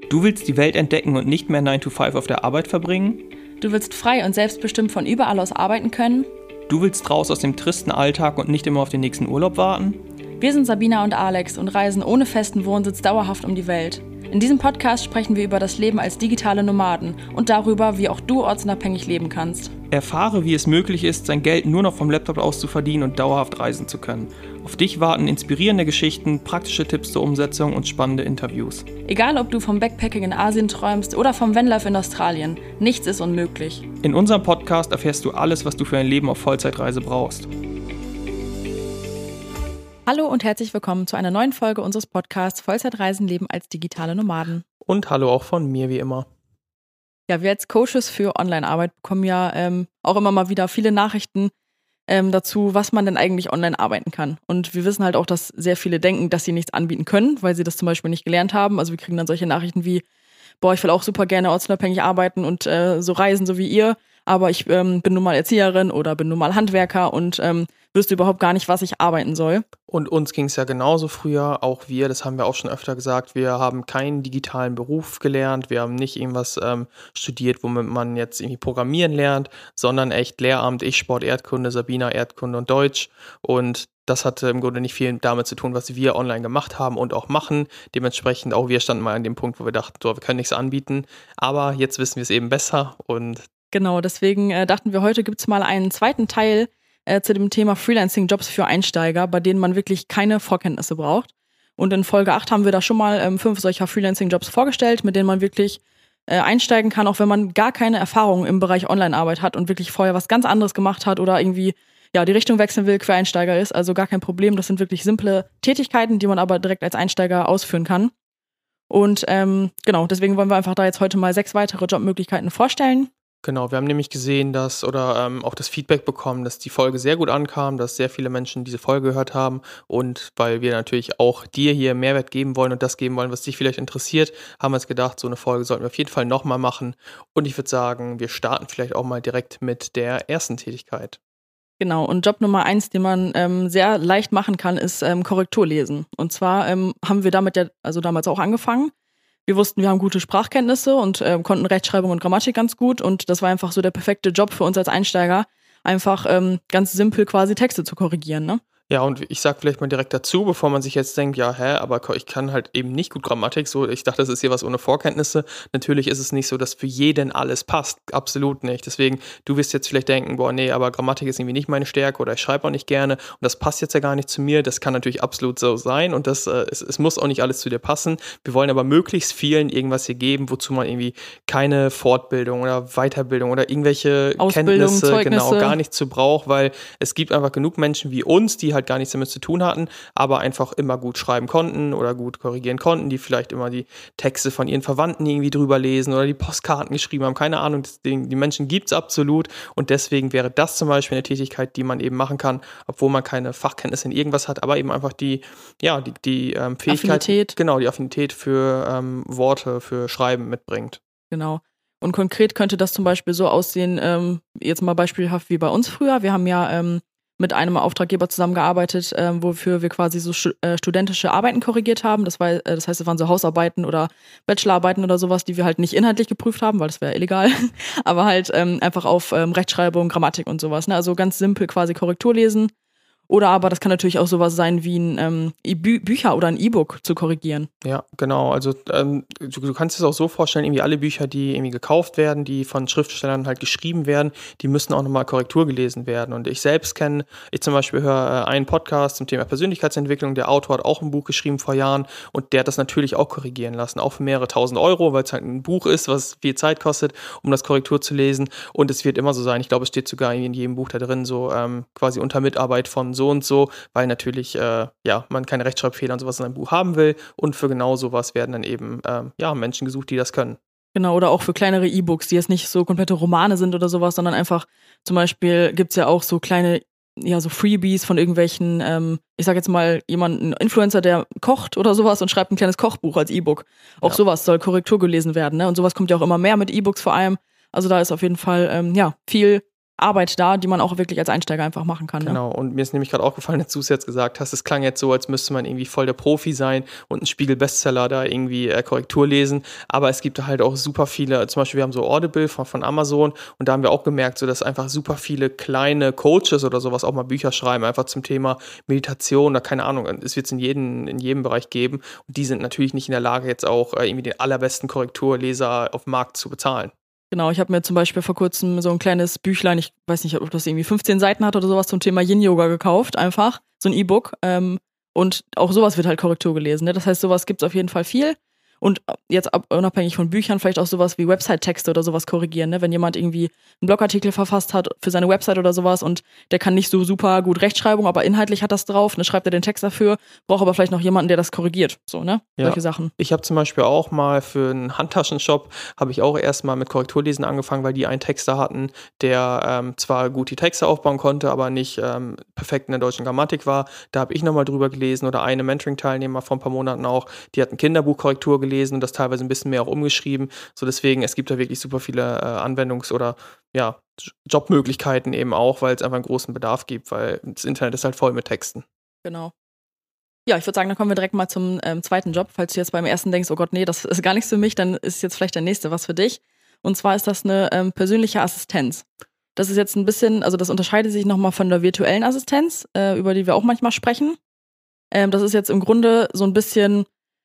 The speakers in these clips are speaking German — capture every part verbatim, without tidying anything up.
Du willst die Welt entdecken und nicht mehr nine to five auf der Arbeit verbringen? Du willst frei und selbstbestimmt von überall aus arbeiten können? Du willst raus aus dem tristen Alltag und nicht immer auf den nächsten Urlaub warten? Wir sind Sabina und Alex und reisen ohne festen Wohnsitz dauerhaft um die Welt. In diesem Podcast sprechen wir über das Leben als digitale Nomaden und darüber, wie auch du ortsunabhängig leben kannst. Erfahre, wie es möglich ist, sein Geld nur noch vom Laptop aus zu verdienen und dauerhaft reisen zu können. Auf dich warten inspirierende Geschichten, praktische Tipps zur Umsetzung und spannende Interviews. Egal, ob du vom Backpacking in Asien träumst oder vom Vanlife in Australien, nichts ist unmöglich. In unserem Podcast erfährst du alles, was du für ein Leben auf Vollzeitreise brauchst. Hallo und herzlich willkommen zu einer neuen Folge unseres Podcasts Vollzeitreisen leben als digitale Nomaden. Und hallo auch von mir wie immer. Ja, wir als Coaches für Online-Arbeit bekommen ja ähm, auch immer mal wieder viele Nachrichten ähm, dazu, was man denn eigentlich online arbeiten kann. Und wir wissen halt auch, dass sehr viele denken, dass sie nichts anbieten können, weil sie das zum Beispiel nicht gelernt haben. Also wir kriegen dann solche Nachrichten wie, boah, ich will auch super gerne ortsunabhängig arbeiten und äh, so reisen, so wie ihr, aber ich ähm, bin nun mal Erzieherin oder bin nun mal Handwerker und ähm, wüsste überhaupt gar nicht, was ich arbeiten soll. Und uns ging es ja genauso früher, auch wir, das haben wir auch schon öfter gesagt, wir haben keinen digitalen Beruf gelernt, wir haben nicht irgendwas ähm, studiert, womit man jetzt irgendwie programmieren lernt, sondern echt Lehramt, ich Sport, Erdkunde, Sabina, Erdkunde und Deutsch, und das hatte im Grunde nicht viel damit zu tun, was wir online gemacht haben und auch machen. Dementsprechend auch wir standen mal an dem Punkt, wo wir dachten, so, wir können nichts anbieten, aber jetzt wissen wir es eben besser. Und genau, deswegen äh, dachten wir, heute gibt es mal einen zweiten Teil äh, zu dem Thema Freelancing-Jobs für Einsteiger, bei denen man wirklich keine Vorkenntnisse braucht. Und in Folge acht haben wir da schon mal ähm, fünf solcher Freelancing-Jobs vorgestellt, mit denen man wirklich äh, einsteigen kann, auch wenn man gar keine Erfahrung im Bereich Online-Arbeit hat und wirklich vorher was ganz anderes gemacht hat oder irgendwie ja die Richtung wechseln will, Quereinsteiger ist. Also gar kein Problem. Das sind wirklich simple Tätigkeiten, die man aber direkt als Einsteiger ausführen kann. Und ähm, genau, deswegen wollen wir einfach da jetzt heute mal sechs weitere Jobmöglichkeiten vorstellen. Genau, wir haben nämlich gesehen, dass oder ähm, auch das Feedback bekommen, dass die Folge sehr gut ankam, dass sehr viele Menschen diese Folge gehört haben, und weil wir natürlich auch dir hier Mehrwert geben wollen und das geben wollen, was dich vielleicht interessiert, haben wir uns gedacht, so eine Folge sollten wir auf jeden Fall nochmal machen, und ich würde sagen, wir starten vielleicht auch mal direkt mit der ersten Tätigkeit. Genau, und Job Nummer eins, den man ähm, sehr leicht machen kann, ist ähm, Korrektur lesen. Und zwar ähm, haben wir damit ja also damals auch angefangen. Wir wussten, wir haben gute Sprachkenntnisse und äh, konnten Rechtschreibung und Grammatik ganz gut, und das war einfach so der perfekte Job für uns als Einsteiger, einfach ähm, ganz simpel quasi Texte zu korrigieren, ne? Ja, und ich sag vielleicht mal direkt dazu, bevor man sich jetzt denkt, ja, hä, aber ich kann halt eben nicht gut Grammatik, so, ich dachte, das ist hier was ohne Vorkenntnisse. Natürlich ist es nicht so, dass für jeden alles passt, absolut nicht. Deswegen, du wirst jetzt vielleicht denken, boah, nee, aber Grammatik ist irgendwie nicht meine Stärke oder ich schreibe auch nicht gerne und das passt jetzt ja gar nicht zu mir. Das kann natürlich absolut so sein, und das, äh, es, es muss auch nicht alles zu dir passen. Wir wollen aber möglichst vielen irgendwas hier geben, wozu man irgendwie keine Fortbildung oder Weiterbildung oder irgendwelche Ausbildung, Kenntnisse, Zeugnisse, genau, gar nicht zu braucht, weil es gibt einfach genug Menschen wie uns, die halt gar nichts damit zu tun hatten, aber einfach immer gut schreiben konnten oder gut korrigieren konnten, die vielleicht immer die Texte von ihren Verwandten irgendwie drüber lesen oder die Postkarten geschrieben haben, keine Ahnung, deswegen, die Menschen gibt es absolut, und deswegen wäre das zum Beispiel eine Tätigkeit, die man eben machen kann, obwohl man keine Fachkenntnisse in irgendwas hat, aber eben einfach die, ja, die, die ähm, Fähigkeit, Affinität. genau, die Affinität für ähm, Worte, für Schreiben mitbringt. Genau. Und konkret könnte das zum Beispiel so aussehen, ähm, jetzt mal beispielhaft wie bei uns früher. Wir haben ja ähm, mit einem Auftraggeber zusammengearbeitet, ähm, wofür wir quasi so stu- äh, studentische Arbeiten korrigiert haben. Das war, äh, das heißt, es waren so Hausarbeiten oder Bachelorarbeiten oder sowas, die wir halt nicht inhaltlich geprüft haben, weil das wäre illegal, aber halt ähm, einfach auf ähm, Rechtschreibung, Grammatik und sowas, ne? Also ganz simpel quasi Korrektur lesen. Oder aber das kann natürlich auch sowas sein wie ein ähm, e- Bü- Bücher oder ein E-Book zu korrigieren. Ja, genau. Also ähm, du, du kannst es auch so vorstellen, irgendwie alle Bücher, die irgendwie gekauft werden, die von Schriftstellern halt geschrieben werden, die müssen auch nochmal Korrektur gelesen werden. Und ich selbst kenne, ich zum Beispiel höre äh, einen Podcast zum Thema Persönlichkeitsentwicklung, der Autor hat auch ein Buch geschrieben vor Jahren, und der hat das natürlich auch korrigieren lassen, auch für mehrere tausend Euro, weil es halt ein Buch ist, was viel Zeit kostet, um das Korrektur zu lesen. Und es wird immer so sein, ich glaube, es steht sogar in jedem Buch da drin, so ähm, quasi unter Mitarbeit von so und so, weil natürlich äh, ja, man keine Rechtschreibfehler und sowas in einem Buch haben will, und für genau sowas werden dann eben ähm, ja, Menschen gesucht, die das können. Genau, oder auch für kleinere E-Books, die jetzt nicht so komplette Romane sind oder sowas, sondern einfach, zum Beispiel gibt's ja auch so kleine, ja, so Freebies von irgendwelchen, ähm, ich sag jetzt mal, jemanden, Influencer, der kocht oder sowas und schreibt ein kleines Kochbuch als E-Book. Auch ja. Sowas soll Korrektur gelesen werden, ne? Und sowas kommt ja auch immer mehr mit E-Books vor allem. Also da ist auf jeden Fall, ähm, ja, viel Arbeit da, die man auch wirklich als Einsteiger einfach machen kann. Genau, ne? und mir ist nämlich gerade aufgefallen, als du es jetzt gesagt hast, es klang jetzt so, als müsste man irgendwie voll der Profi sein und einen Spiegel-Bestseller da irgendwie äh, Korrektur lesen, aber es gibt halt auch super viele, zum Beispiel wir haben so Audible von, von Amazon und da haben wir auch gemerkt, so dass einfach super viele kleine Coaches oder sowas auch mal Bücher schreiben, einfach zum Thema Meditation oder keine Ahnung, es wird es in jedem, in jedem Bereich geben und die sind natürlich nicht in der Lage, jetzt auch äh, irgendwie den allerbesten Korrekturleser auf dem Markt zu bezahlen. Genau, ich habe mir zum Beispiel vor kurzem so ein kleines Büchlein, ich weiß nicht, ob das irgendwie fünfzehn Seiten hat oder sowas, zum Thema Yin-Yoga gekauft, einfach, so ein E-Book. Ähm, und auch sowas wird halt Korrektur gelesen. Ne? Das heißt, sowas gibt's auf jeden Fall viel. Und jetzt ab, unabhängig von Büchern vielleicht auch sowas wie Website-Texte oder sowas korrigieren. Ne? Wenn jemand irgendwie einen Blogartikel verfasst hat für seine Website oder sowas und der kann nicht so super gut Rechtschreibung, aber inhaltlich hat das drauf, ne? Schreibt er den Text dafür, braucht aber vielleicht noch jemanden, der das korrigiert. So, ne? Ja. Solche Sachen. Ich habe zum Beispiel auch mal für einen Handtaschenshop, habe ich auch erstmal mit Korrekturlesen angefangen, weil die einen Texter hatten, der ähm, zwar gut die Texte aufbauen konnte, aber nicht ähm, perfekt in der deutschen Grammatik war. Da habe ich nochmal drüber gelesen oder eine Mentoring-Teilnehmer vor ein paar Monaten auch, die hat ein Kinderbuchkorrektur gelesen und das teilweise ein bisschen mehr auch umgeschrieben. So deswegen, es gibt da wirklich super viele äh, Anwendungs- oder ja, Jobmöglichkeiten eben auch, weil es einfach einen großen Bedarf gibt, weil das Internet ist halt voll mit Texten. Genau. Ja, ich würde sagen, dann kommen wir direkt mal zum ähm, zweiten Job. Falls du jetzt beim ersten denkst, oh Gott, nee, das ist gar nichts für mich, dann ist jetzt vielleicht der nächste was für dich. Und zwar ist das eine ähm, persönliche Assistenz. Das ist jetzt ein bisschen, also das unterscheidet sich nochmal von der virtuellen Assistenz, äh, über die wir auch manchmal sprechen. Ähm, das ist jetzt im Grunde so ein bisschen,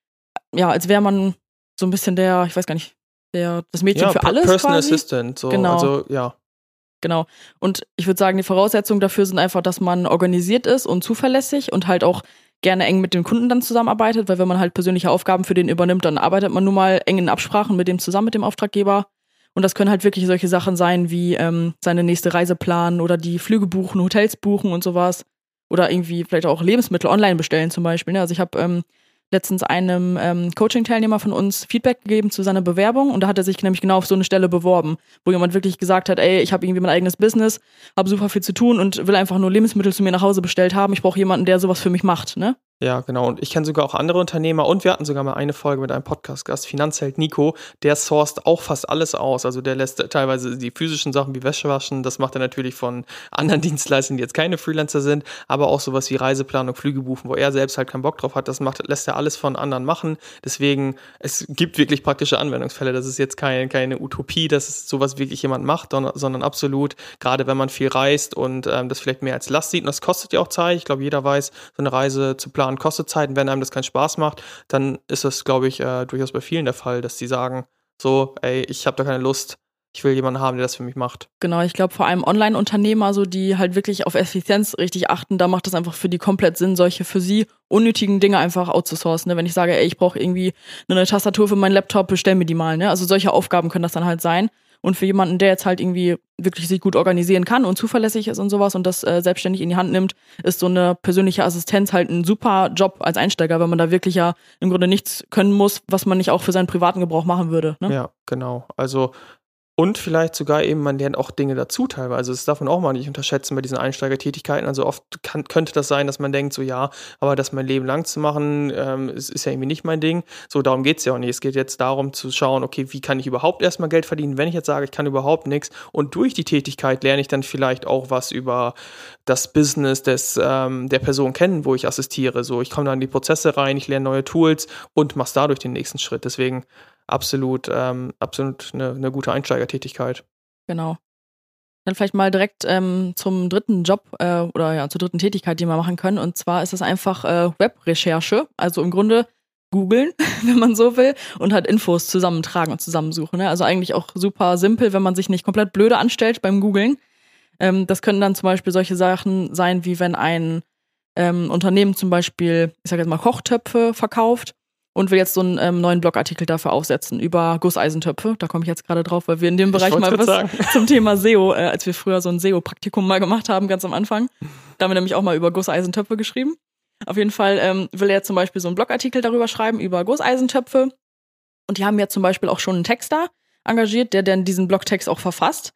ja, als wäre man so ein bisschen der, ich weiß gar nicht, der das Mädchen Ja, für Per- alles Personal quasi. Assistant, so, Genau. also ja. Genau. Und ich würde sagen, die Voraussetzungen dafür sind einfach, dass man organisiert ist und zuverlässig und halt auch gerne eng mit den Kunden dann zusammenarbeitet, weil wenn man halt persönliche Aufgaben für den übernimmt, dann arbeitet man nun mal eng in Absprachen mit dem zusammen, mit dem Auftraggeber. Und das können halt wirklich solche Sachen sein, wie ähm, seine nächste Reise planen oder die Flüge buchen, Hotels buchen und sowas. Oder irgendwie vielleicht auch Lebensmittel online bestellen zum Beispiel. Ne? Also ich habe ähm, letztens einem ähm, Coaching-Teilnehmer von uns Feedback gegeben zu seiner Bewerbung und da hat er sich nämlich genau auf so eine Stelle beworben, wo jemand wirklich gesagt hat, ey, ich habe irgendwie mein eigenes Business, habe super viel zu tun und will einfach nur Lebensmittel zu mir nach Hause bestellt haben. Ich brauche jemanden, der sowas für mich macht, ne? Ja, genau. Und ich kenne sogar auch andere Unternehmer und wir hatten sogar mal eine Folge mit einem Podcast-Gast, Finanzheld Nico, der sourced auch fast alles aus. Also der lässt teilweise die physischen Sachen wie Wäsche waschen, das macht er natürlich von anderen Dienstleistern, die jetzt keine Freelancer sind, aber auch sowas wie Reiseplanung, Flüge buchen, wo er selbst halt keinen Bock drauf hat, das macht, lässt er alles von anderen machen. Deswegen, es gibt wirklich praktische Anwendungsfälle. Das ist jetzt kein, keine Utopie, dass es sowas wirklich jemand macht, sondern absolut, gerade wenn man viel reist und ähm, das vielleicht mehr als Last sieht. Und das kostet ja auch Zeit. Ich glaube, jeder weiß, so eine Reise zu planen kostet Zeit. Und wenn einem das keinen Spaß macht, dann ist das, glaube ich, äh, durchaus bei vielen der Fall, dass die sagen, so, ey, ich habe da keine Lust, ich will jemanden haben, der das für mich macht. Genau, ich glaube vor allem Online-Unternehmer, so die halt wirklich auf Effizienz richtig achten, da macht es einfach für die komplett Sinn, solche für sie unnötigen Dinge einfach outzusourcen. Ne? Wenn ich sage, ey, ich brauche irgendwie eine neue Tastatur für meinen Laptop, bestell mir die mal. Ne? Also solche Aufgaben können das dann halt sein. Und für jemanden, der jetzt halt irgendwie wirklich sich gut organisieren kann und zuverlässig ist und sowas und das äh, selbstständig in die Hand nimmt, ist so eine persönliche Assistenz halt ein super Job als Einsteiger, weil man da wirklich ja im Grunde nichts können muss, was man nicht auch für seinen privaten Gebrauch machen würde. Ne? Ja, genau. Also und vielleicht sogar eben, man lernt auch Dinge dazu teilweise. Das darf man auch mal nicht unterschätzen bei diesen Einsteigertätigkeiten. Also oft kann, könnte das sein, dass man denkt, so ja, aber das mein Leben lang zu machen, ähm, ist, ist ja irgendwie nicht mein Ding. So, darum geht es ja auch nicht. Es geht jetzt darum zu schauen, okay, wie kann ich überhaupt erstmal Geld verdienen, wenn ich jetzt sage, ich kann überhaupt nichts. Und durch die Tätigkeit lerne ich dann vielleicht auch was über das Business des, ähm, der Person kennen, wo ich assistiere. So, ich komme dann in die Prozesse rein, ich lerne neue Tools und mache dadurch den nächsten Schritt. Deswegen absolut, ähm, absolut eine, eine gute Einsteigertätigkeit. Genau. Dann vielleicht mal direkt ähm, zum dritten Job äh, oder ja zur dritten Tätigkeit, die wir machen können. Und zwar ist es einfach äh, Webrecherche. Also im Grunde googeln, wenn man so will, und halt Infos zusammentragen und zusammensuchen. Ne? Also eigentlich auch super simpel, wenn man sich nicht komplett blöde anstellt beim Googeln. Ähm, das können dann zum Beispiel solche Sachen sein, wie wenn ein ähm, Unternehmen zum Beispiel, ich sage jetzt mal, Kochtöpfe verkauft und will jetzt so einen ähm, neuen Blogartikel dafür aufsetzen über Gusseisentöpfe. Da komme ich jetzt gerade drauf, weil wir in dem Bereich mal was sagen. zum Thema S E O, äh, als wir früher so ein S E O-Praktikum mal gemacht haben, ganz am Anfang. Da haben wir nämlich auch mal über Gusseisentöpfe geschrieben. Auf jeden Fall ähm, will er zum Beispiel so einen Blogartikel darüber schreiben, über Gusseisentöpfe. Und die haben ja zum Beispiel auch schon einen Texter engagiert, der dann diesen Blogtext auch verfasst.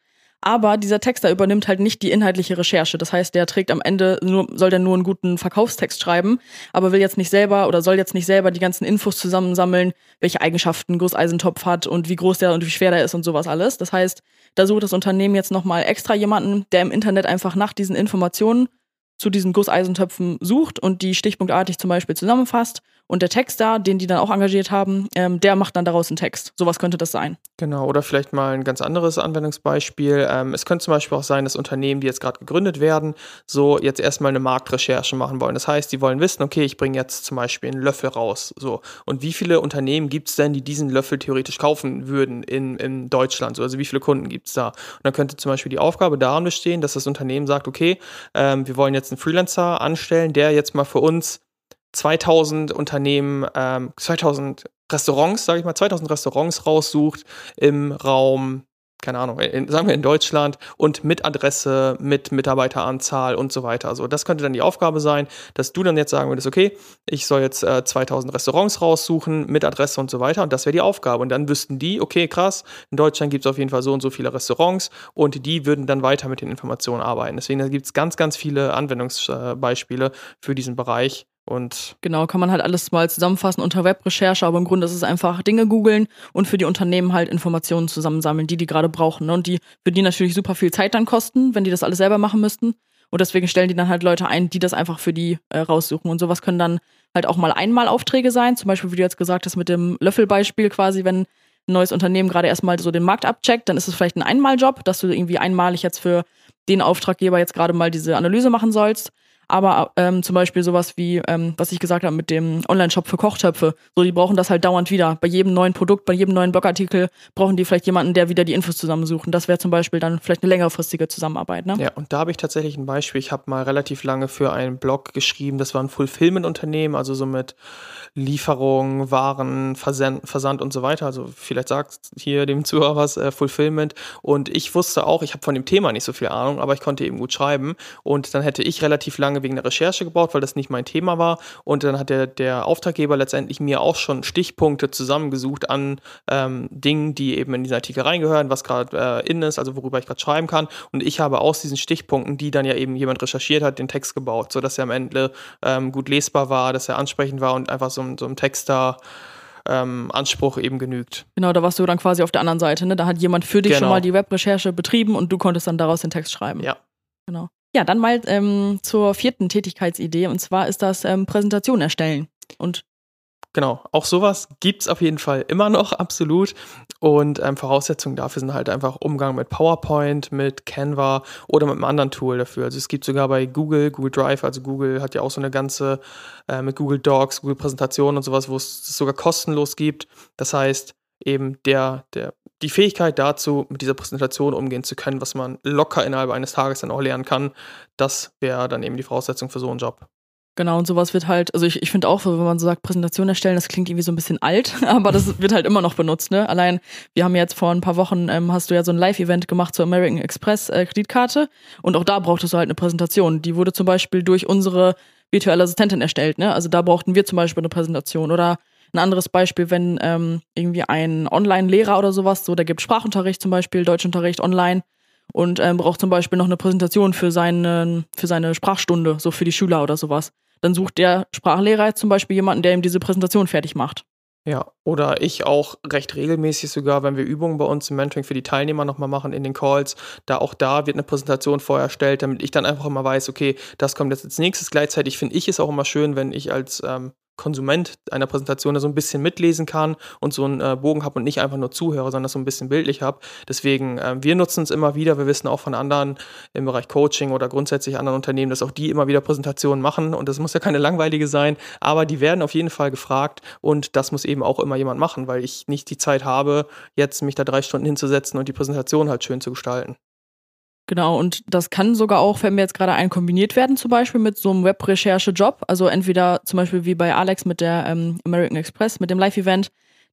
Aber dieser Texter übernimmt halt nicht die inhaltliche Recherche. Das heißt, der trägt am Ende nur, soll der nur einen guten Verkaufstext schreiben, aber will jetzt nicht selber oder soll jetzt nicht selber die ganzen Infos zusammensammeln, welche Eigenschaften ein Gusseisentopf hat und wie groß der und wie schwer der ist und sowas alles. Das heißt, da sucht das Unternehmen jetzt nochmal extra jemanden, der im Internet einfach nach diesen Informationen zu diesen Gusseisentöpfen sucht und die stichpunktartig zum Beispiel zusammenfasst. Und der Texter, den die dann auch engagiert haben, ähm, der macht dann daraus einen Text. Sowas könnte das sein. Genau, oder vielleicht mal ein ganz anderes Anwendungsbeispiel. Ähm, es könnte zum Beispiel auch sein, dass Unternehmen, die jetzt gerade gegründet werden, so jetzt erstmal eine Marktrecherche machen wollen. Das heißt, die wollen wissen, okay, ich bringe jetzt zum Beispiel einen Löffel raus. So. Und wie viele Unternehmen gibt es denn, die diesen Löffel theoretisch kaufen würden in, in Deutschland? So, also wie viele Kunden gibt es da? Und dann könnte zum Beispiel die Aufgabe daran bestehen, dass das Unternehmen sagt, okay, ähm, wir wollen jetzt einen Freelancer anstellen, der jetzt mal für uns zweitausend Unternehmen, ähm, zweitausend Restaurants, sage ich mal, zweitausend Restaurants raussucht im Raum, keine Ahnung, in, sagen wir in Deutschland und mit Adresse, mit Mitarbeiteranzahl und so weiter. Also das könnte dann die Aufgabe sein, dass du dann jetzt sagen würdest, okay, ich soll jetzt äh, zweitausend Restaurants raussuchen mit Adresse und so weiter und das wäre die Aufgabe. Und dann wüssten die, okay, krass, in Deutschland gibt es auf jeden Fall so und so viele Restaurants und die würden dann weiter mit den Informationen arbeiten. Deswegen gibt es ganz, ganz viele Anwendungsbeispiele für diesen Bereich. Und genau, kann man halt alles mal zusammenfassen unter Webrecherche, aber im Grunde ist es einfach Dinge googeln und für die Unternehmen halt Informationen zusammensammeln, die die gerade brauchen. Ne? Und die für die natürlich super viel Zeit dann kosten, wenn die das alles selber machen müssten. Und deswegen stellen die dann halt Leute ein, die das einfach für die äh, raussuchen. Und sowas können dann halt auch mal Einmalaufträge sein. Zum Beispiel, wie du jetzt gesagt hast, mit dem Löffelbeispiel quasi, wenn ein neues Unternehmen gerade erstmal so den Markt abcheckt, dann ist es vielleicht ein Einmaljob, dass du irgendwie einmalig jetzt für den Auftraggeber jetzt gerade mal diese Analyse machen sollst. Aber ähm, zum Beispiel sowas wie, ähm, was ich gesagt habe mit dem Online-Shop für Kochtöpfe, so die brauchen das halt dauernd wieder. Bei jedem neuen Produkt, bei jedem neuen Blogartikel brauchen die vielleicht jemanden, der wieder die Infos zusammensucht. Und das wäre zum Beispiel dann vielleicht eine längerfristige Zusammenarbeit. Ne? Ja, und da habe ich tatsächlich ein Beispiel. Ich habe mal relativ lange für einen Blog geschrieben, das war ein Fulfillment-Unternehmen, also so mit Lieferung, Waren, Versand, Versand und so weiter. Also vielleicht sagt hier dem Zuhörer was, äh, Fulfillment. Und ich wusste auch, ich habe von dem Thema nicht so viel Ahnung, aber ich konnte eben gut schreiben. Und dann hätte ich relativ lange wegen der Recherche gebraucht, weil das nicht mein Thema war. Und dann hat der, der Auftraggeber letztendlich mir auch schon Stichpunkte zusammengesucht an ähm, Dingen, die eben in diesen Artikel reingehören, was gerade äh, in ist, also worüber ich gerade schreiben kann. Und ich habe aus diesen Stichpunkten, die dann ja eben jemand recherchiert hat, den Text gebaut, sodass er am Ende ähm, gut lesbar war, dass er ansprechend war und einfach so, so einem Texter Ähm, Anspruch eben genügt. Genau, da warst du dann quasi auf der anderen Seite, ne? Da hat jemand für dich genau. schon mal die Webrecherche betrieben und du konntest dann daraus den Text schreiben. Ja. Genau. Ja, dann mal ähm, zur vierten Tätigkeitsidee und zwar ist das ähm, Präsentation erstellen. Und Genau, auch sowas gibt's auf jeden Fall immer noch, absolut. Und ähm, Voraussetzungen dafür sind halt einfach Umgang mit PowerPoint, mit Canva oder mit einem anderen Tool dafür. Also es gibt sogar bei Google, Google Drive, also Google hat ja auch so eine ganze, äh, mit Google Docs, Google Präsentationen und sowas, wo es sogar kostenlos gibt. Das heißt, eben der, der, die Fähigkeit dazu, mit dieser Präsentation umgehen zu können, was man locker innerhalb eines Tages dann auch lernen kann, das wäre dann eben die Voraussetzung für so einen Job. genau, und sowas wird halt, also ich, ich finde auch, wenn man so sagt, Präsentation erstellen, das klingt irgendwie so ein bisschen alt, aber das wird halt immer noch benutzt, ne? Allein, wir haben jetzt vor ein paar Wochen, ähm, hast du ja so ein Live-Event gemacht zur American Express äh, Kreditkarte und auch da brauchtest du halt eine Präsentation. Die wurde zum Beispiel durch unsere virtuelle Assistentin erstellt, ne? Also da brauchten wir zum Beispiel eine Präsentation oder ein anderes Beispiel, wenn ähm, irgendwie ein Online-Lehrer oder sowas, so, der gibt Sprachunterricht zum Beispiel, Deutschunterricht online, und ähm, braucht zum Beispiel noch eine Präsentation für, seinen, für seine Sprachstunde, so für die Schüler oder sowas. Dann sucht der Sprachlehrer jetzt zum Beispiel jemanden, der ihm diese Präsentation fertig macht. Ja, oder ich auch recht regelmäßig sogar, wenn wir Übungen bei uns im Mentoring für die Teilnehmer nochmal machen in den Calls, da auch da wird eine Präsentation vorher erstellt, damit ich dann einfach immer weiß, okay, das kommt jetzt als nächstes. Gleichzeitig finde ich es auch immer schön, wenn ich als ähm, Konsument einer Präsentation da so ein bisschen mitlesen kann und so einen äh, Bogen habe und nicht einfach nur zuhöre, sondern das so ein bisschen bildlich habe. Deswegen, äh, wir nutzen es immer wieder. Wir wissen auch von anderen im Bereich Coaching oder grundsätzlich anderen Unternehmen, dass auch die immer wieder Präsentationen machen und das muss ja keine langweilige sein, aber die werden auf jeden Fall gefragt und das muss eben auch immer jemand machen, weil ich nicht die Zeit habe, jetzt mich da drei Stunden hinzusetzen und die Präsentation halt schön zu gestalten. Genau, und das kann sogar auch, wenn wir jetzt gerade ein kombiniert werden, zum Beispiel mit so einem Webrecherche-Job. Also entweder zum Beispiel wie bei Alex mit der ähm, American Express, mit dem Live-Event,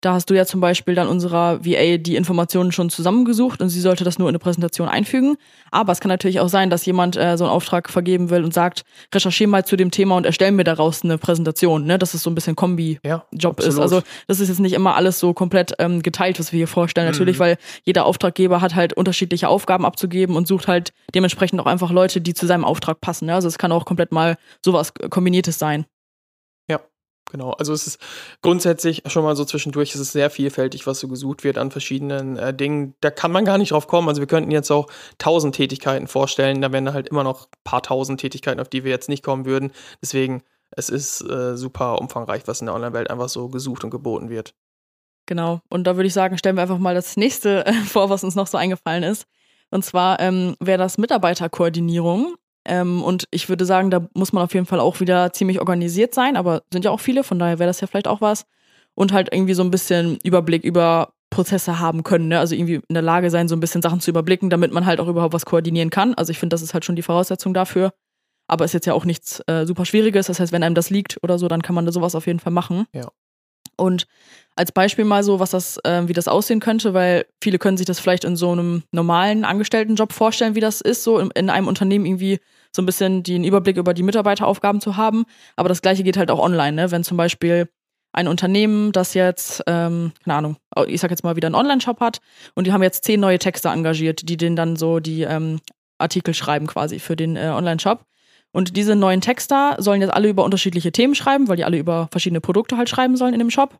Da hast du ja zum Beispiel dann unserer V A die Informationen schon zusammengesucht und sie sollte das nur in eine Präsentation einfügen. Aber es kann natürlich auch sein, dass jemand äh, so einen Auftrag vergeben will und sagt, recherchiere mal zu dem Thema und erstell mir daraus eine Präsentation, ne? Dass es so ein bisschen Kombi-Job ja, ist. Also das ist jetzt nicht immer alles so komplett ähm, geteilt, was wir hier vorstellen. Mhm. Natürlich, weil jeder Auftraggeber hat halt unterschiedliche Aufgaben abzugeben und sucht halt dementsprechend auch einfach Leute, die zu seinem Auftrag passen. Ne? Also es kann auch komplett mal sowas Kombiniertes sein. Ja. Genau, also es ist grundsätzlich schon mal so zwischendurch, es ist sehr vielfältig, was so gesucht wird an verschiedenen äh, Dingen. Da kann man gar nicht drauf kommen. Also wir könnten jetzt auch tausend Tätigkeiten vorstellen, da wären da halt immer noch ein paar tausend Tätigkeiten, auf die wir jetzt nicht kommen würden. Deswegen, es ist äh, super umfangreich, was in der Online-Welt einfach so gesucht und geboten wird. Genau, und da würde ich sagen, stellen wir einfach mal das nächste äh, vor, was uns noch so eingefallen ist. Und zwar ähm, wäre das Mitarbeiterkoordinierung. Ähm, und ich würde sagen, da muss man auf jeden Fall auch wieder ziemlich organisiert sein, aber sind ja auch viele, von daher wäre das ja vielleicht auch was. Und halt irgendwie so ein bisschen Überblick über Prozesse haben können, ne? Also irgendwie in der Lage sein, so ein bisschen Sachen zu überblicken, damit man halt auch überhaupt was koordinieren kann. Also ich finde, das ist halt schon die Voraussetzung dafür. Aber ist jetzt ja auch nichts äh, super Schwieriges. Das heißt, wenn einem das liegt oder so, dann kann man da sowas auf jeden Fall machen. Ja. Und als Beispiel mal so, was das, äh, wie das aussehen könnte, weil viele können sich das vielleicht in so einem normalen Angestelltenjob vorstellen, wie das ist, so in, in einem Unternehmen irgendwie so ein bisschen den Überblick über die Mitarbeiteraufgaben zu haben. Aber das Gleiche geht halt auch online, ne? Wenn zum Beispiel ein Unternehmen, das jetzt, ähm, keine Ahnung, ich sag jetzt mal wieder einen Online-Shop hat und die haben jetzt zehn neue Texter engagiert, die denen dann so die ähm, Artikel schreiben quasi für den äh, Online-Shop. Und diese neuen Texter sollen jetzt alle über unterschiedliche Themen schreiben, weil die alle über verschiedene Produkte halt schreiben sollen in dem Shop.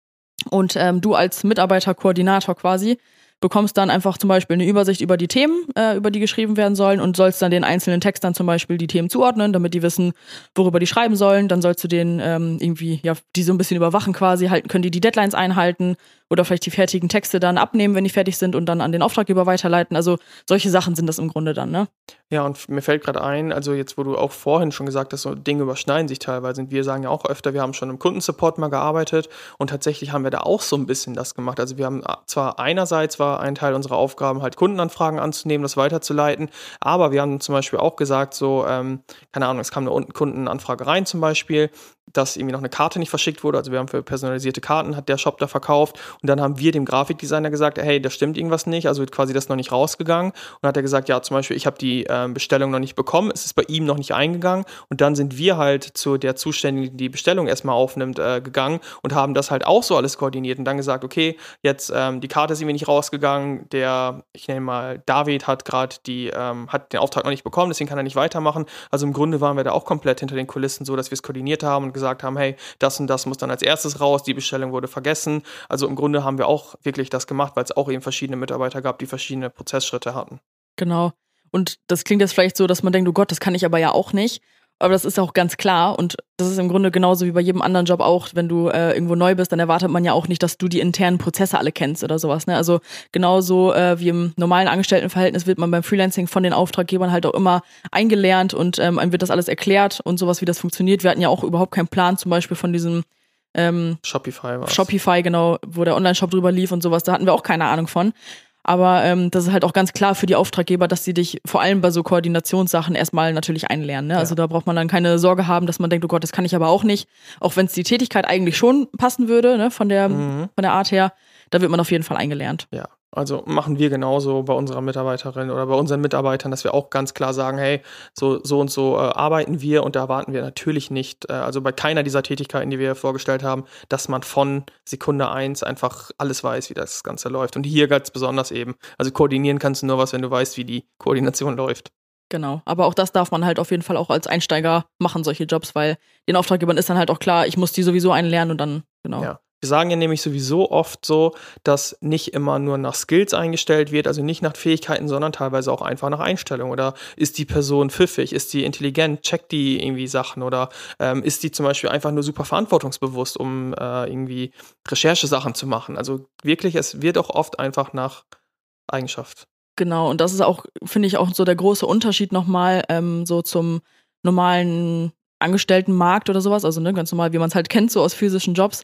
Und ähm, du als Mitarbeiterkoordinator quasi bekommst dann einfach zum Beispiel eine Übersicht über die Themen, äh, über die geschrieben werden sollen und sollst dann den einzelnen Textern zum Beispiel die Themen zuordnen, damit die wissen, worüber die schreiben sollen. Dann sollst du den ähm, irgendwie, ja, die so ein bisschen überwachen quasi, halten, können die die Deadlines einhalten oder vielleicht die fertigen Texte dann abnehmen, wenn die fertig sind und dann an den Auftraggeber weiterleiten. Also solche Sachen sind das im Grunde dann, ne? Ja, und mir fällt gerade ein, also jetzt, wo du auch vorhin schon gesagt hast, so Dinge überschneiden sich teilweise. Und wir sagen ja auch öfter, wir haben schon im Kundensupport mal gearbeitet und tatsächlich haben wir da auch so ein bisschen das gemacht. Also wir haben zwar einerseits war ein Teil unserer Aufgaben, halt Kundenanfragen anzunehmen, das weiterzuleiten, aber wir haben zum Beispiel auch gesagt, so, ähm, keine Ahnung, es kam eine Kundenanfrage rein zum Beispiel, dass irgendwie noch eine Karte nicht verschickt wurde. Also wir haben für personalisierte Karten, hat der Shop da verkauft. Und dann haben wir dem Grafikdesigner gesagt, hey, da stimmt irgendwas nicht. Also wird quasi das noch nicht rausgegangen. Und dann hat er gesagt, ja, zum Beispiel, ich habe die äh, Bestellung noch nicht bekommen. Es ist bei ihm noch nicht eingegangen. Und dann sind wir halt zu der Zuständigen, die die Bestellung erstmal aufnimmt, äh, gegangen und haben das halt auch so alles koordiniert und dann gesagt, okay, jetzt ähm, die Karte ist irgendwie nicht rausgegangen. Der, ich nenne mal, David hat gerade die, ähm, hat den Auftrag noch nicht bekommen, deswegen kann er nicht weitermachen. Also im Grunde waren wir da auch komplett hinter den Kulissen so, dass wir es koordiniert haben und gesagt haben, hey, das und das muss dann als erstes raus, die Bestellung wurde vergessen. Also im Grunde haben wir auch wirklich das gemacht, weil es auch eben verschiedene Mitarbeiter gab, die verschiedene Prozessschritte hatten. Genau. Und das klingt jetzt vielleicht so, dass man denkt, oh Gott, das kann ich aber ja auch nicht. Aber das ist auch ganz klar und das ist im Grunde genauso wie bei jedem anderen Job auch. Wenn du äh, irgendwo neu bist, dann erwartet man ja auch nicht, dass du die internen Prozesse alle kennst oder sowas. Ne? Also genauso äh, wie im normalen Angestelltenverhältnis wird man beim Freelancing von den Auftraggebern halt auch immer eingelernt und ähm, einem wird das alles erklärt und sowas, wie das funktioniert. Wir hatten ja auch überhaupt keinen Plan zum Beispiel von diesem ähm, Shopify war's. Shopify, genau, wo der Online-Shop drüber lief und sowas. Da hatten wir auch keine Ahnung von. Aber ähm, das ist halt auch ganz klar für die Auftraggeber, dass sie dich vor allem bei so Koordinationssachen erstmal natürlich einlernen. Ne? Also ja. Da braucht man dann keine Sorge haben, dass man denkt, oh Gott, das kann ich aber auch nicht. Auch wenn es die Tätigkeit eigentlich schon passen würde, ne? von der, mhm. von der Art her, da wird man auf jeden Fall eingelernt. Ja, also machen wir genauso bei unserer Mitarbeiterin oder bei unseren Mitarbeitern, dass wir auch ganz klar sagen, hey, so, so und so äh, arbeiten wir und da erwarten wir natürlich nicht, äh, also bei keiner dieser Tätigkeiten, die wir vorgestellt haben, dass man von Sekunde eins einfach alles weiß, wie das Ganze läuft. Und hier ganz besonders eben. Also koordinieren kannst du nur was, wenn du weißt, wie die Koordination läuft. Genau, aber auch das darf man halt auf jeden Fall auch als Einsteiger machen, solche Jobs, weil den Auftraggebern ist dann halt auch klar, ich muss die sowieso einlernen und dann, genau. Ja. Wir sagen ja nämlich sowieso oft so, dass nicht immer nur nach Skills eingestellt wird, also nicht nach Fähigkeiten, sondern teilweise auch einfach nach Einstellung. Oder ist die Person pfiffig, ist die intelligent, checkt die irgendwie Sachen oder ähm, ist die zum Beispiel einfach nur super verantwortungsbewusst, um äh, irgendwie Recherchesachen zu machen. Also wirklich, es wird auch oft einfach nach Eigenschaft. Genau, und das ist auch, finde ich, auch so der große Unterschied nochmal ähm, so zum normalen Angestelltenmarkt oder sowas, also ne, ganz normal, wie man es halt kennt, so aus physischen Jobs.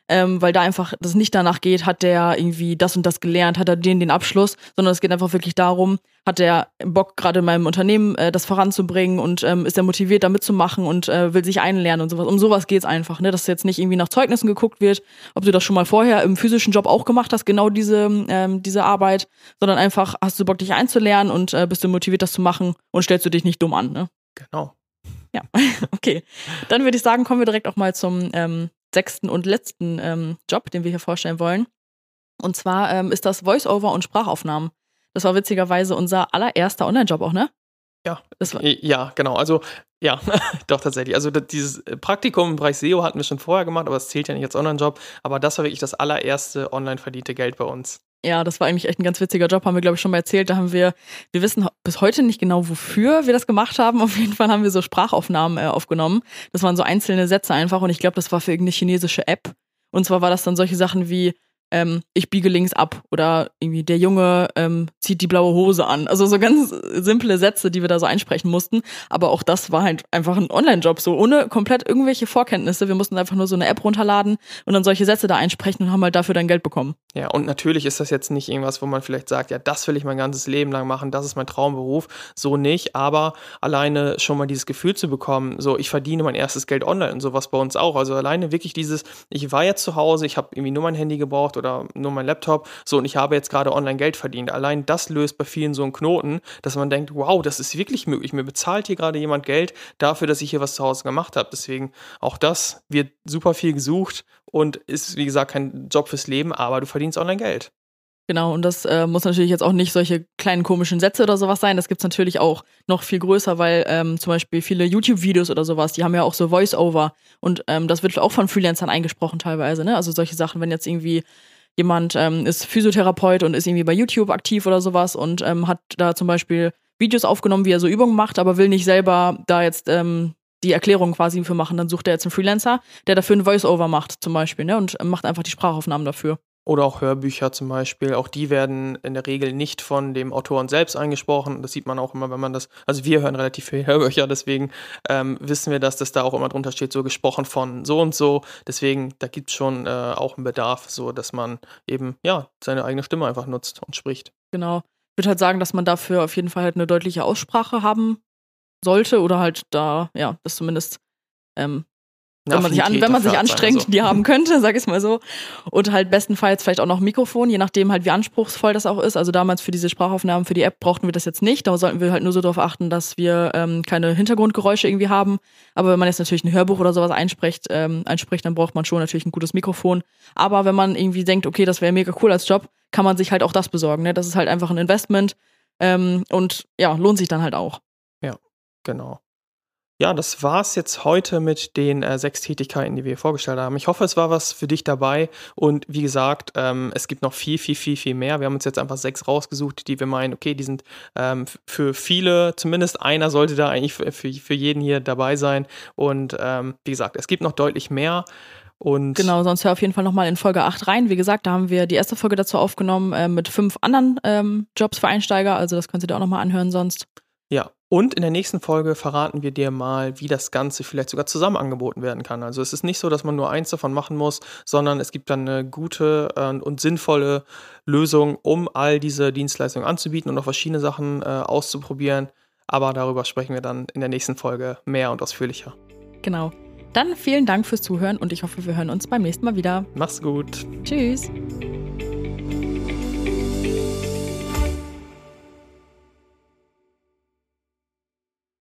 ähm, weil da einfach das nicht danach geht, hat der irgendwie das und das gelernt, hat er den den Abschluss, sondern es geht einfach wirklich darum, hat der Bock gerade in meinem Unternehmen äh, das voranzubringen und ähm, ist er motiviert da mitzumachen und äh, will sich einlernen und sowas. Um sowas geht's einfach, ne, dass jetzt nicht irgendwie nach Zeugnissen geguckt wird, ob du das schon mal vorher im physischen Job auch gemacht hast, genau diese ähm, diese Arbeit, sondern einfach hast du Bock dich einzulernen und äh, bist du motiviert das zu machen und stellst du dich nicht dumm an, ne? Genau. Ja, okay. Dann würde ich sagen, kommen wir direkt auch mal zum ähm, sechsten und letzten ähm, Job, den wir hier vorstellen wollen. Und zwar ähm, ist das Voice-Over und Sprachaufnahmen. Das war witzigerweise unser allererster Online-Job auch, ne? Ja, Das war ja, genau. Also, ja, doch tatsächlich. Also, das, dieses Praktikum im Bereich S E O hatten wir schon vorher gemacht, aber es zählt ja nicht als Online-Job. Aber das war wirklich das allererste online verdiente Geld bei uns. Ja, das war eigentlich echt ein ganz witziger Job, haben wir, glaube ich, schon mal erzählt. Da haben wir, wir wissen bis heute nicht genau, wofür wir das gemacht haben. Auf jeden Fall haben wir so Sprachaufnahmen äh, aufgenommen. Das waren so einzelne Sätze einfach und ich glaube, das war für irgendeine chinesische App. Und zwar war das dann solche Sachen wie, ähm, ich biege links ab oder irgendwie der Junge ähm, zieht die blaue Hose an. Also so ganz simple Sätze, die wir da so einsprechen mussten. Aber auch das war halt einfach ein Online-Job, so ohne komplett irgendwelche Vorkenntnisse. Wir mussten einfach nur so eine App runterladen und dann solche Sätze da einsprechen und haben halt dafür dann Geld bekommen. Ja, und natürlich ist das jetzt nicht irgendwas, wo man vielleicht sagt, ja, das will ich mein ganzes Leben lang machen, das ist mein Traumberuf. So nicht, aber alleine schon mal dieses Gefühl zu bekommen, so, ich verdiene mein erstes Geld online und sowas bei uns auch. Also alleine wirklich dieses, ich war jetzt zu Hause, ich habe irgendwie nur mein Handy gebraucht oder nur mein Laptop, so, und ich habe jetzt gerade online Geld verdient. Allein das löst bei vielen so einen Knoten, dass man denkt, wow, das ist wirklich möglich. Mir bezahlt hier gerade jemand Geld dafür, dass ich hier was zu Hause gemacht habe. Deswegen auch das wird super viel gesucht und ist, wie gesagt, kein Job fürs Leben, aber du verdienst online Geld. Genau, und das äh, muss natürlich jetzt auch nicht solche kleinen komischen Sätze oder sowas sein. Das gibt's natürlich auch noch viel größer, weil ähm, zum Beispiel viele YouTube-Videos oder sowas, die haben ja auch so Voice-Over. Und ähm, das wird auch von Freelancern eingesprochen teilweise, ne? Also solche Sachen, wenn jetzt irgendwie jemand ähm, ist Physiotherapeut und ist irgendwie bei YouTube aktiv oder sowas und ähm, hat da zum Beispiel Videos aufgenommen, wie er so Übungen macht, aber will nicht selber da jetzt ähm, die Erklärung quasi für machen, dann sucht er jetzt einen Freelancer, der dafür ein Voice-Over macht zum Beispiel, ne? Und macht einfach die Sprachaufnahmen dafür. Oder auch Hörbücher zum Beispiel. Auch die werden in der Regel nicht von dem Autoren selbst eingesprochen. Das sieht man auch immer, wenn man das, also wir hören relativ viel Hörbücher, deswegen ähm, wissen wir, dass das da auch immer drunter steht, so gesprochen von so und so. Deswegen, da gibt es schon äh, auch einen Bedarf, so dass man eben, ja, seine eigene Stimme einfach nutzt und spricht. Genau. Ich würde halt sagen, dass man dafür auf jeden Fall halt eine deutliche Aussprache haben sollte oder halt da, ja, das zumindest ähm, wenn man sich, an, wenn man sich anstrengt, so. Die haben könnte, sag ich mal so. Und halt bestenfalls vielleicht auch noch Mikrofon, je nachdem halt wie anspruchsvoll das auch ist. Also damals für diese Sprachaufnahmen für die App brauchten wir das jetzt nicht. Da sollten wir halt nur so darauf achten, dass wir ähm, keine Hintergrundgeräusche irgendwie haben. Aber wenn man jetzt natürlich ein Hörbuch oder sowas einspricht, ähm, einspricht, dann braucht man schon natürlich ein gutes Mikrofon. Aber wenn man irgendwie denkt, okay, das wäre mega cool als Job, kann man sich halt auch das besorgen. Ne? Das ist halt einfach ein Investment ähm, und ja, lohnt sich dann halt auch. Ja, genau. Ja, das war's jetzt heute mit den äh, sechs Tätigkeiten, die wir vorgestellt haben. Ich hoffe, es war was für dich dabei. Und wie gesagt, ähm, es gibt noch viel, viel, viel, viel mehr. Wir haben uns jetzt einfach sechs rausgesucht, die wir meinen, okay, die sind ähm, für viele, zumindest einer sollte da eigentlich für, für, für jeden hier dabei sein. Und ähm, wie gesagt, es gibt noch deutlich mehr. Und genau, sonst hör auf jeden Fall nochmal in Folge acht rein. Wie gesagt, da haben wir die erste Folge dazu aufgenommen äh, mit fünf anderen ähm, Jobs für Einsteiger. Also das könnt ihr dir auch nochmal anhören sonst. Ja, und in der nächsten Folge verraten wir dir mal, wie das Ganze vielleicht sogar zusammen angeboten werden kann. Also es ist nicht so, dass man nur eins davon machen muss, sondern es gibt dann eine gute äh, und sinnvolle Lösung, um all diese Dienstleistungen anzubieten und auch verschiedene Sachen äh, auszuprobieren. Aber darüber sprechen wir dann in der nächsten Folge mehr und ausführlicher. Genau. Dann vielen Dank fürs Zuhören und ich hoffe, wir hören uns beim nächsten Mal wieder. Mach's gut. Tschüss.